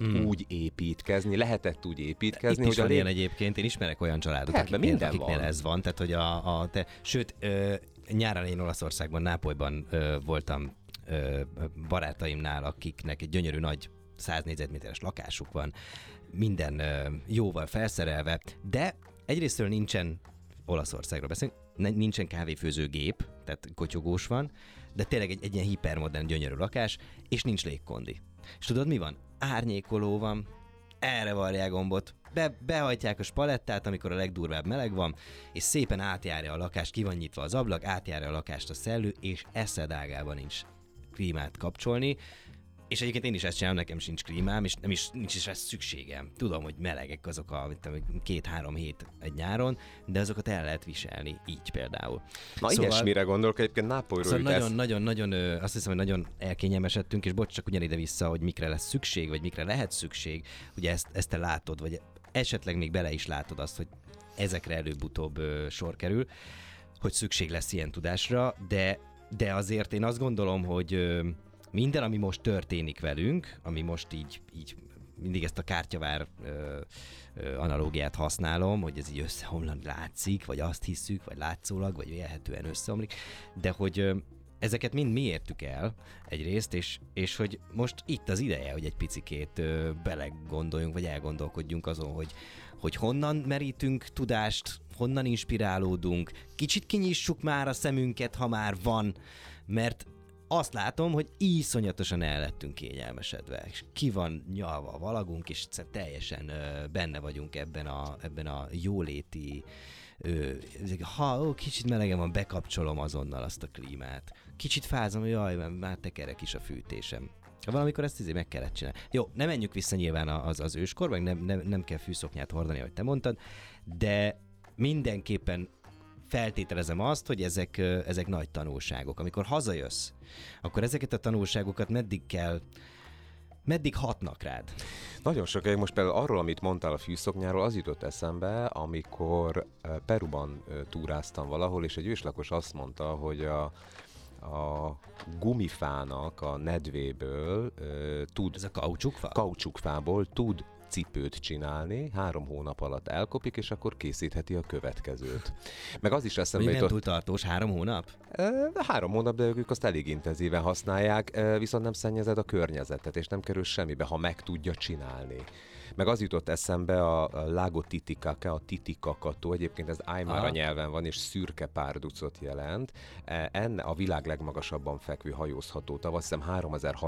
lehetett úgy építkezni, itt is van ilyen egyébként, én ismerek olyan családokat, akiknél ez van, tehát hogy sőt, nyáron én Olaszországban, Nápolyban voltam barátaimnál, akiknek egy gyönyörű nagy 100 négyzetméteres lakásuk van, minden jóval felszerelve, de egyrésztről nincsen, Olaszországról beszélünk, nincsen kávéfőzőgép, tehát kotyogós van, de tényleg egy ilyen hipermodern gyönyörű lakás, és nincs légkondi. És tudod mi van? Árnyékoló van, erre varják gombot, behajtják a spalettát, amikor a legdurvább meleg van, és szépen átjárja a lakást, ki van nyitva az ablak, átjárja a lakást a szellő, és eszed-ágában nincs klímát kapcsolni. És egyébként én is ezt csinálom, nekem sincs klímám, és nincs is ezt szükségem. Tudom, hogy melegek azok a 2-3 hét egy nyáron, de azokat el lehet viselni, így például. Na, szóval, ilyesmire gondolok, egyébként Nápolyról szóval nagyon, azt hiszem, hogy nagyon elkényelmesedtünk, és bocs, csak ugyanide vissza, hogy mikre lesz szükség, vagy mikre lehet szükség. Ugye ezt te látod, vagy esetleg még bele is látod azt, hogy ezekre előbb-utóbb sor kerül, hogy szükség lesz ilyen tudásra, de azért én azt gondolom, hogy minden, ami most történik velünk, ami most így mindig ezt a kártyavár analógiát használom, hogy ez így összeomlani látszik, vagy azt hisszük, vagy látszólag, vagy élhetően összeomlik, de hogy ezeket mind mi értük el egyrészt, és hogy most itt az ideje, hogy egy picikét belegondoljunk, vagy elgondolkodjunk azon, hogy honnan merítünk tudást, honnan inspirálódunk, kicsit kinyissuk már a szemünket, ha már van, mert azt látom, hogy iszonyatosan el lettünk kényelmesedve, és ki van nyalva a valagunk, és teljesen benne vagyunk ebben a jóléti, kicsit melegem van, bekapcsolom azonnal azt a klímát. Kicsit fázom, hogy jaj, már tekerek is a fűtésem. Valamikor ezt meg kellett csinálni. Jó, nem menjünk vissza nyilván az őskor, meg nem kell fűszoknyát hordani, ahogy te mondtad, de mindenképpen feltételezem azt, hogy ezek nagy tanulságok. Amikor hazajössz, akkor ezeket a tanulságokat meddig hatnak rád? Nagyon sokáig. Most például arról, amit mondtál a fűszoknyáról, az jutott eszembe, amikor Peruban túráztam valahol, és egy őslakos azt mondta, hogy a gumifának a nedvéből tud... Ez a kaucsukfa? Kaucsukfából tud cipőt csinálni, 3 hónap alatt elkopik, és akkor készítheti a következőt. Meg az is eszembe jutott... nem túl tartós, 3 hónap? 3 hónap, de ők azt elég intenzíven használják, viszont nem szennyezed a környezetet, és nem kerül semmibe, ha meg tudja csinálni. Meg az jutott eszembe a Lago Titicaca, a Titicaca-tó, egyébként ez Aymara nyelven van, és szürke párducot jelent. Enne a világ legmagasabban fekvő hajózható tav, azt hiszem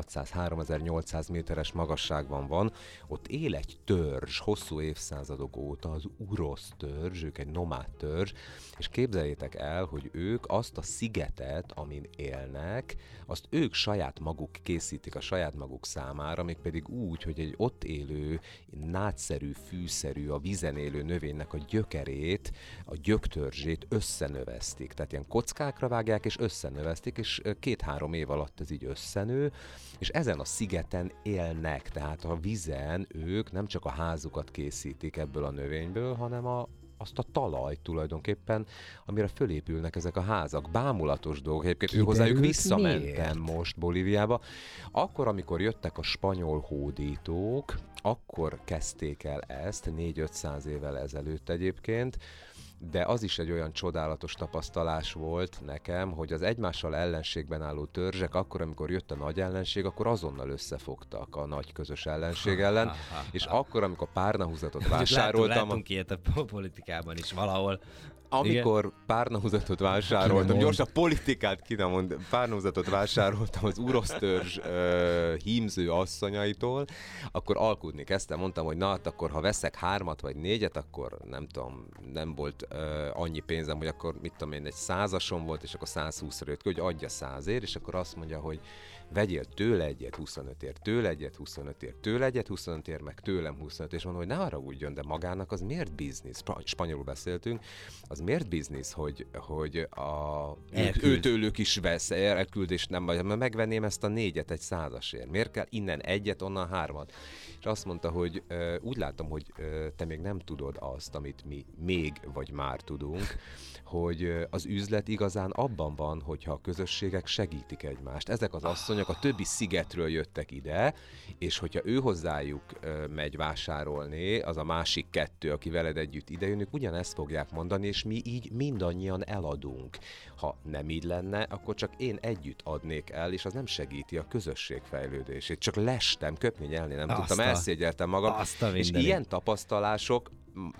3600-3800 méteres magasságban van. Ott él egy törzs, hosszú évszázadok óta, az Urosz törzs, ők egy nomád törzs, és képzeljétek el, hogy ők azt a szigetet, amin élnek, azt ők saját maguk készítik a saját maguk számára, mégpedig úgy, hogy egy ott élő, nádszerű, fűszerű, a vízen élő növénynek a gyökerét, a gyöktörzsét összenövesztik. Tehát ilyen kockákra vágják és összenövesztik, és 2-3 év alatt ez így összenő, és ezen a szigeten élnek, tehát a vízen ők nem csak a házukat készítik ebből a növényből, hanem azt a talajt tulajdonképpen, amire fölépülnek ezek a házak. Bámulatos dolgok. Egyébként hozzájuk visszamentem most Bolíviába. Akkor, amikor jöttek a spanyol hódítók, akkor kezdték el ezt, 400-500 évvel ezelőtt egyébként, de az is egy olyan csodálatos tapasztalás volt nekem, hogy az egymással ellenségben álló törzsek akkor, amikor jött a nagy ellenség, akkor azonnal összefogtak a nagy közös ellenség ellen, és akkor, amikor párnahúzatot vásároltam... Látunk ilyet a politikában is valahol. Amikor párnahúzatot vásároltam, gyorsan politikát párnahúzatot vásároltam az Urosz törzs hímző asszonyaitól, akkor alkudni kezdtem, mondtam, hogy na, hát akkor ha veszek 3 vagy 4, akkor nem tudom, nem volt annyi pénzem, hogy akkor mit tudom én, egy 100-asom volt, és akkor 120-ra jött ki, hogy adja 100-ért, és akkor azt mondja, hogy vegyél tőle egyet 25-ért, tőle egyet 25-ért, tőle egyet 25-ért, meg tőlem 25, és mondom, hogy ne haragudjon, de magának az miért biznisz? Spanyolul beszéltünk, az miért biznisz, hogy őtőlük is vesz elküld, és nem vagy, megvenném ezt a 4-et egy 100-asért. Miért kell innen 1-et, onnan 3-at? És azt mondta, hogy úgy látom, hogy te még nem tudod azt, amit mi még vagy már tudunk, hogy az üzlet igazán abban van, hogyha a közösségek segítik egymást. Ezek az asszonyok a többi szigetről jöttek ide, és hogyha ő hozzájuk megy vásárolni, az a másik 2, aki veled együtt idejön, ők ugyanezt fogják mondani, és mi így mindannyian eladunk. Ha nem így lenne, akkor csak én együtt adnék el, és az nem segíti a közösség fejlődését. Csak lestem, köpni, nyelni nem tudtam, elszégyeltem magam. És ilyen tapasztalások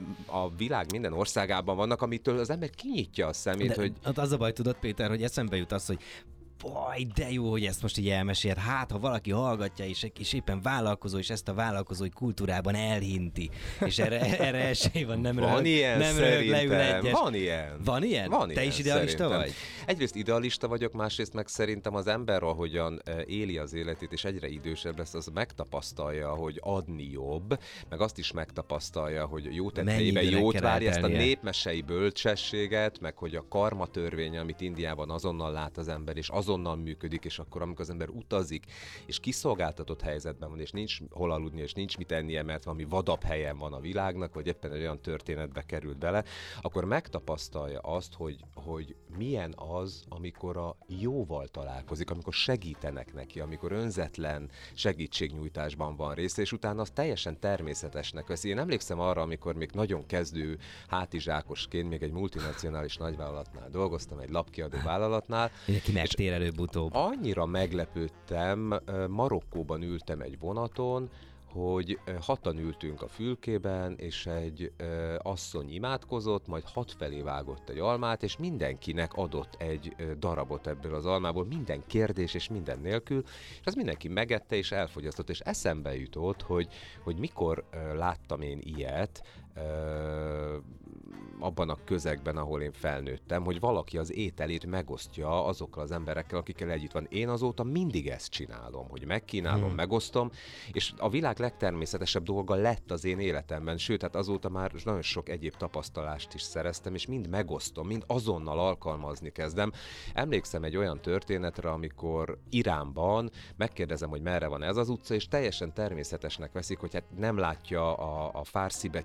a világ minden országában vannak, amitől az ember kinyitja a szemét, de, hogy... Az a baj, tudod, Péter, hogy eszembe jut az, hogy baj, de jó, hogy ezt most így elmesélt. Hát, ha valaki hallgatja, és éppen vállalkozó, és ezt a vállalkozói kultúrában elhinti, és erre esély van, nem van ilyen, nem leül egyes. Van ilyen. Van ilyen? Van Te ilyen, is idealista szerintem. vagy? Egyrészt idealista vagyok, másrészt meg szerintem az ember, ahogyan éli az életét, és egyre idősebb lesz, az megtapasztalja, hogy adni jobb, meg azt is megtapasztalja, hogy jó tetteiben jót várja, ezt a népmesei bölcsességet, meg hogy a karma törvénye, amit Indiában azonnal lát az ember, és azonnal működik, és akkor, amikor az ember utazik, és kiszolgáltatott helyzetben van, és nincs hol aludni, és nincs mit ennie, mert valami vadabb helyen van a világnak, vagy éppen egy olyan történetbe került bele, akkor megtapasztalja azt, hogy milyen az, amikor a jóval találkozik, amikor segítenek neki, amikor önzetlen segítségnyújtásban van része, és utána azt teljesen természetesnek veszi. Én emlékszem arra, amikor még nagyon kezdő hátizsákosként, még egy multinacionális nagyvállalatnál dolgoztam, egy lapkiadó vállalatnál. Ki megtér előbb-utóbb. Annyira meglepődtem, Marokkóban ültem egy vonaton, hogy 6-an ültünk a fülkében, és egy asszony imádkozott, majd 6 felé vágott egy almát, és mindenkinek adott egy darabot ebből az almából, minden kérdés és minden nélkül, és az mindenki megette és elfogyasztott, és eszembe jutott, hogy mikor láttam én ilyet, abban a közegben, ahol én felnőttem, hogy valaki az ételét megosztja azokkal az emberekkel, akikkel együtt van. Én azóta mindig ezt csinálom, hogy megkínálom, megosztom, és a világ legtermészetesebb dolga lett az én életemben, sőt, hát azóta már nagyon sok egyéb tapasztalást is szereztem, és mind megosztom, mind azonnal alkalmazni kezdem. Emlékszem egy olyan történetre, amikor Iránban megkérdezem, hogy merre van ez az utca, és teljesen természetesnek veszik, hogy hát nem látja a fársi betűket, nem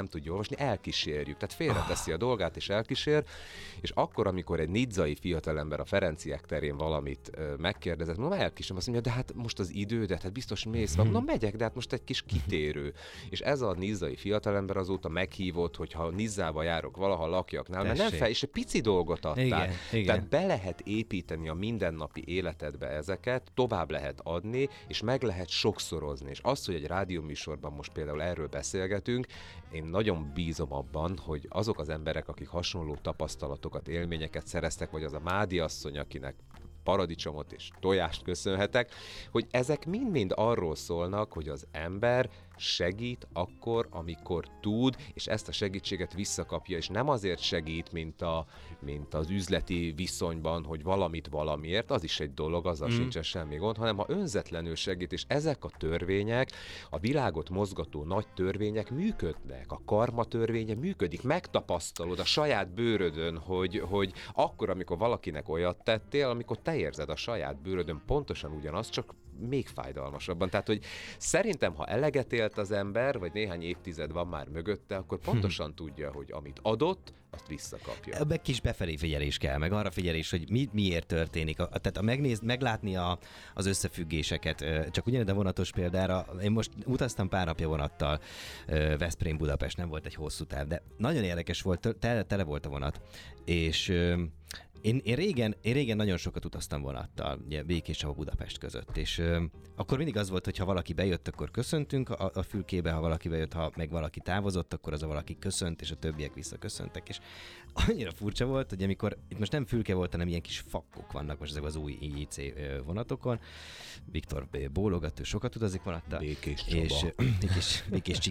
tudja olvasni, elkísérjük. Tehát félreteszi a dolgát, és elkísér, és akkor, amikor egy nizzai fiatalember a Ferenciek terén valamit megkérdezett, elkísérem, azt mondja, de hát most az idődet, hát biztos mész, na megyek, de hát most egy kis kitérő. És ez a nizzai fiatalember azóta meghívott, hogy ha Nizzába járok valaha lakjaknál, mert nem fel, és egy pici dolgot adták. Igen. Tehát be lehet építeni a mindennapi életedbe ezeket, tovább lehet adni, és meg lehet sokszorozni. És az, hogy egy rádióműsorban most például erről beszélgetünk, én nagyon bízom abban, hogy azok az emberek, akik hasonló tapasztalatokat, élményeket szereztek, vagy az a Mádi asszony, akinek paradicsomot és tojást köszönhetek, hogy ezek mind-mind arról szólnak, hogy az ember segít akkor, amikor tud, és ezt a segítséget visszakapja, és nem azért segít, mint az üzleti viszonyban, hogy valamit valamiért, az is egy dolog, azzal sincsen semmi gond, hanem ha önzetlenül segít, és ezek a törvények, a világot mozgató nagy törvények működnek, a karma törvénye működik, megtapasztalod a saját bőrödön, hogy akkor, amikor valakinek olyat tettél, amikor te érzed a saját bőrödön pontosan ugyanaz, csak még fájdalmasabban. Tehát, hogy szerintem, ha eleget élt az ember, vagy néhány évtized van már mögötte, akkor pontosan tudja, hogy amit adott, azt visszakapja. Ebbe kis befelé figyelés kell, meg arra figyelés, hogy miért történik. Tehát meglátni az összefüggéseket. Csak ugyanez a vonatos példára, én most utaztam pár napja vonattal, Veszprém-Budapest, nem volt egy hosszú táv, de nagyon érdekes volt, tele volt a vonat, és Én régen nagyon sokat utaztam vonattal, ugye Békéscsaba Budapest között, és akkor mindig az volt, hogy ha valaki bejött, akkor köszöntünk a fülkébe, ha valaki bejött, ha meg valaki távozott, akkor az a valaki köszönt, és a többiek visszaköszöntek, és annyira furcsa volt, hogy amikor itt most nem fülke volt, hanem ilyen kis fakkok vannak most ezek az új IC vonatokon. Viktor bólogat, ő sokat utazik vonattal. Békéscsaba. És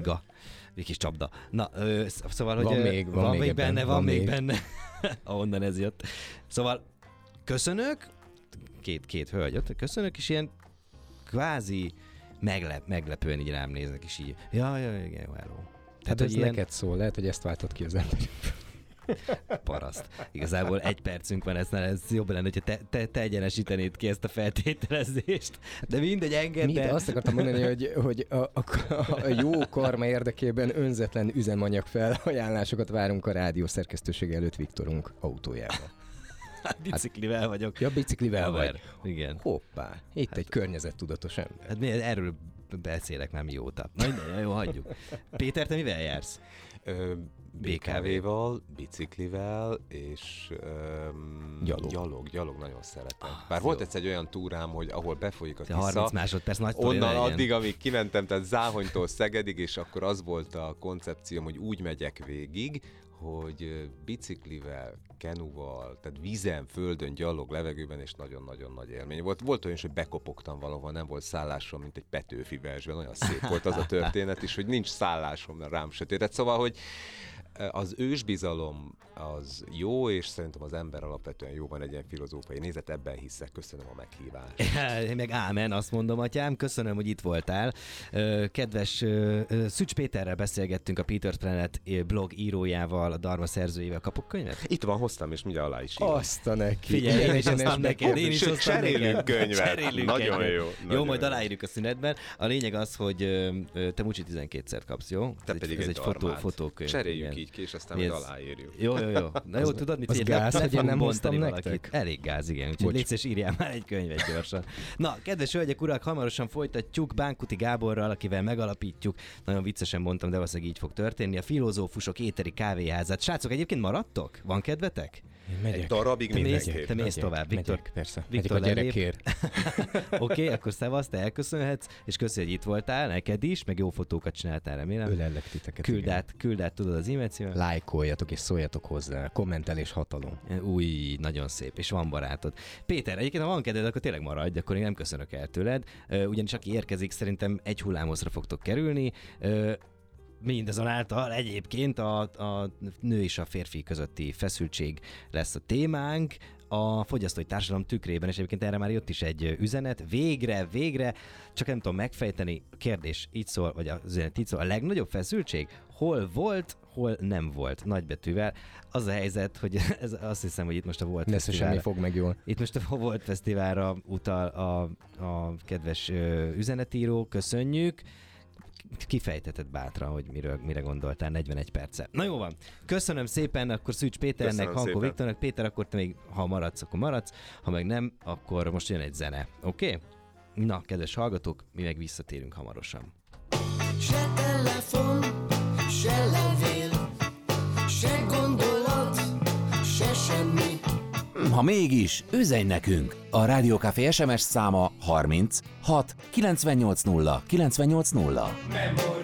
Békés csapda. Na, szóval, hogy van még benne. Ahonnan ez jött. Szóval köszönök, két hölgyet, köszönök, és ilyen kvázi meglepően így rám néznek, és így, igen, jó, hello. Tehát ez neked szól, lehet, hogy ezt váltott ki az ember. Paraszt. Igazából 1 percünk van, ez jobb lenne, hogyha te egyenesítenéd ki ezt a feltételezést. De mindegy, engedd el. Azt akartam mondani, hogy a jó karma érdekében önzetlen üzemanyag felajánlásokat várunk a rádió szerkesztőség előtt Viktorunk autójába. Biciklivel vagyok. Ja, biciklivel vagy. Igen. Hoppá, itt egy környezettudatos ember. Hát erről beszélek már mióta. Na, jó, hagyjuk. Péter, te mivel jársz? BKV-val, biciklivel, és gyalog nagyon szeretem. Bár volt egyszer egy olyan túrám, hogy ahol befolyik a Tisza, 30 másodperc nagy onnan addig, amíg kimentem, tehát Záhonytól Szegedig, és akkor az volt a koncepcióm, hogy úgy megyek végig, hogy biciklivel, kenuval, tehát vízen, földön, gyalog, levegőben, és nagyon-nagyon nagy élmény volt. Volt olyan is, hogy bekopogtam valahol, nem volt szállásom, mint egy Petőfi versben, olyan szép volt az a történet is, hogy nincs szállásom, mert rám sötétett. Szóval, hogy az ősbizalom az jó, és szerintem az ember alapvetően jóban egy ilyen filozófiai nézet, ebben hiszek. Köszönöm a meghívást. Meg ámen, azt mondom, atyám. Köszönöm, hogy itt voltál. Kedves Szücs Péterrel beszélgettünk, a Peter's Planet blog írójával, a Dharma szerzőjével. Kapok könyvet? Itt van, hoztam, és mindjárt alá is írom. Azt a neki. Figyelj, én is hoztam neked. Cserélünk könyvet. Nagyon jó. Jó, majd aláírjuk a szünetben. A lényeg az, hogy te Mucsi 12-szer kapsz, jó? Te pedig ez egy fotókönyv. Cseréljük így ki, és aztán majd aláírjuk. Jó. Na jó, tudod mit? Az gáz, hogy én nem hoztam nektek? Elég gáz, igen. Úgyhogy légy szíves, írjál már egy könyvet gyorsan. Na, kedves hölgyek, urak, hamarosan folytatjuk Bánkuti Gáborral, akivel megalapítjuk. Nagyon viccesen mondtam, de valószínűleg így fog történni. A Filozófusok éteri kávéházát. Srácok, egyébként maradtok? Van kedvetek? Egy darabig mindenképp. Te mész tovább, Viktor. Persze. Viktor a gyerekért. Oké, akkor szevasz, te elköszönhetsz, és köszi, hogy itt voltál, neked is, meg jó fotókat csináltál, remélem. Ölellek titeket. Küld át, tudod az e-mail címet? Lájkoljatok és szóljatok hozzá. Kommentelés hatalom. Új, nagyon szép, és van barátod. Péter, egyébként ha van kedved, akkor tényleg maradj, akkor én nem köszönök el tőled. Ugyanis aki érkezik, szerintem egy hullámoszra fogtok kerülni. Mindazonáltal egyébként a nő és a férfi közötti feszültség lesz a témánk, a fogyasztói társadalom tükrében, és egyébként erre már jött is egy üzenet. Végre, csak nem tudom megfejteni, a kérdés így szól, vagy az üzenet így szól, a legnagyobb feszültség hol volt, hol nem volt, nagybetűvel. Az a helyzet, hogy azt hiszem, hogy itt most a Volt Fesztiválra. Semmi fog meg jól. Itt most a Volt Fesztiválra utal a kedves üzenetíró, köszönjük. kifejteted bátran, hogy mire gondoltál 41 perce. Na jó van, köszönöm szépen, akkor Szűcs Péternek, Hankó Viktornak. Péter, akkor te még, ha maradsz, akkor maradsz, ha meg nem, akkor most jön egy zene, oké? Na, kedves hallgatók, mi meg visszatérünk hamarosan. Se telefon, se levél, se gondolat, se semmi. Ha mégis, üzenj nekünk! A Rádió Café SMS száma 30 6 98 0 98 0.